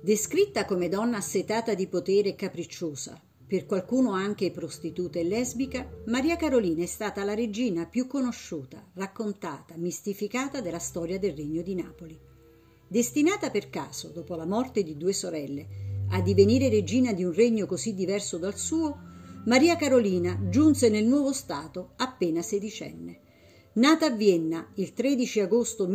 Descritta come donna assetata di potere e capricciosa, per qualcuno anche prostituta e lesbica, Maria Carolina è stata la regina più conosciuta, raccontata, mistificata della storia del Regno di Napoli. Destinata per caso, dopo la morte di due sorelle, a divenire regina di un regno così diverso dal suo, Maria Carolina giunse nel nuovo Stato appena sedicenne. Nata a Vienna il 13 agosto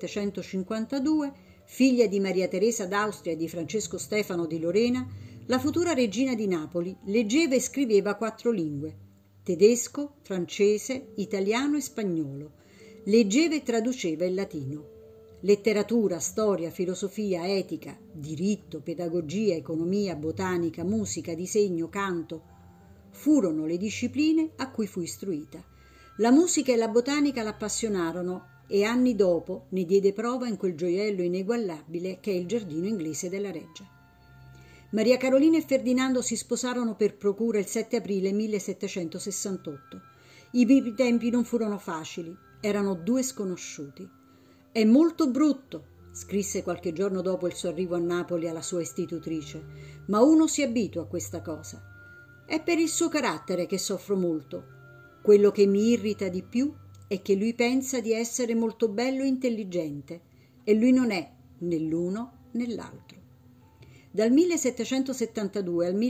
1752, figlia di Maria Teresa d'Austria e di Francesco Stefano di Lorena, la futura regina di Napoli leggeva e scriveva 4 lingue: tedesco, francese, italiano e spagnolo. Leggeva e traduceva il latino. Letteratura, storia, filosofia, etica, diritto, pedagogia, economia, botanica, musica, disegno, canto furono le discipline a cui fu istruita. La musica e la botanica l'appassionarono e anni dopo ne diede prova in quel gioiello ineguagliabile che è il giardino inglese della Reggia. Maria Carolina e Ferdinando si sposarono per procura il 7 aprile 1768. I primi tempi non furono facili, erano 2 sconosciuti. «È molto brutto», scrisse qualche giorno dopo il suo arrivo a Napoli alla sua istitutrice, «ma uno si abitua a questa cosa. È per il suo carattere che soffro molto. Quello che mi irrita di più è che lui pensa di essere molto bello e intelligente e lui non è né l'uno né l'altro». Dal 1772 al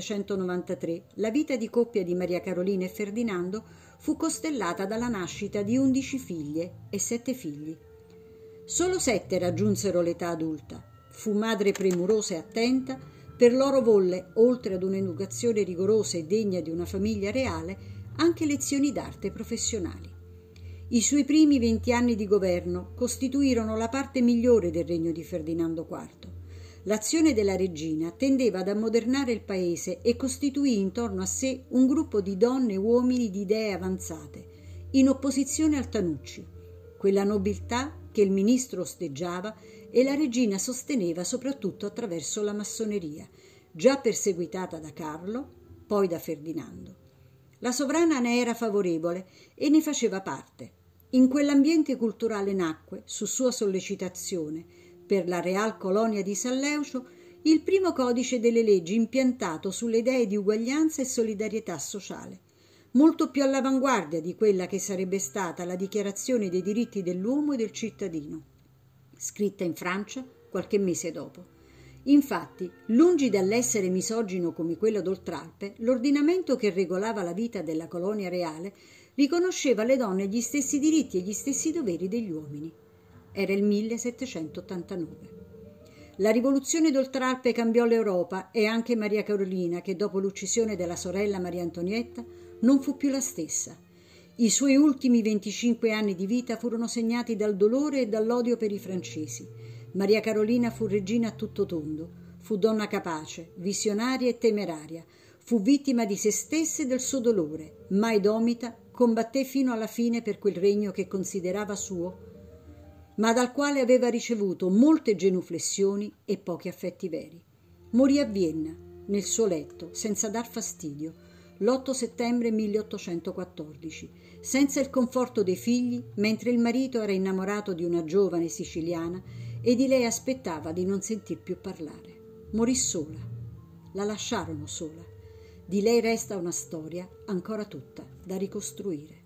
1793 la vita di coppia di Maria Carolina e Ferdinando fu costellata dalla nascita di 11 figlie e 7 figli. Solo 7 raggiunsero l'età adulta. Fu madre premurosa e attenta, per loro volle, oltre ad un'educazione rigorosa e degna di una famiglia reale, anche lezioni d'arte professionali. I suoi primi 20 anni di governo costituirono la parte migliore del regno di Ferdinando IV. L'azione della regina tendeva ad ammodernare il paese e costituì intorno a sé un gruppo di donne e uomini di idee avanzate, in opposizione al Tanucci, quella nobiltà che il ministro osteggiava e la regina sosteneva soprattutto attraverso la massoneria, già perseguitata da Carlo, poi da Ferdinando. La sovrana ne era favorevole e ne faceva parte. In quell'ambiente culturale nacque, su sua sollecitazione, per la Real Colonia di San Leucio, il primo codice delle leggi impiantato sulle idee di uguaglianza e solidarietà sociale, molto più all'avanguardia di quella che sarebbe stata la Dichiarazione dei diritti dell'uomo e del cittadino, scritta in Francia qualche mese dopo. Infatti, lungi dall'essere misogino come quello d'Oltralpe, l'ordinamento che regolava la vita della colonia reale riconosceva alle donne gli stessi diritti e gli stessi doveri degli uomini. Era il 1789. La rivoluzione d'Oltralpe cambiò l'Europa e anche Maria Carolina, che dopo l'uccisione della sorella Maria Antonietta non fu più la stessa. I suoi ultimi 25 anni di vita furono segnati dal dolore e dall'odio per i francesi. Maria Carolina fu regina a tutto tondo, fu donna capace, visionaria e temeraria, fu vittima di se stessa e del suo dolore, mai domita, combatté fino alla fine per quel regno che considerava suo, ma dal quale aveva ricevuto molte genuflessioni e pochi affetti veri. Morì a Vienna, nel suo letto, senza dar fastidio, l'8 settembre 1814, senza il conforto dei figli, mentre il marito era innamorato di una giovane siciliana e di lei aspettava di non sentir più parlare. Morì sola. La lasciarono sola. Di lei resta una storia ancora tutta da ricostruire.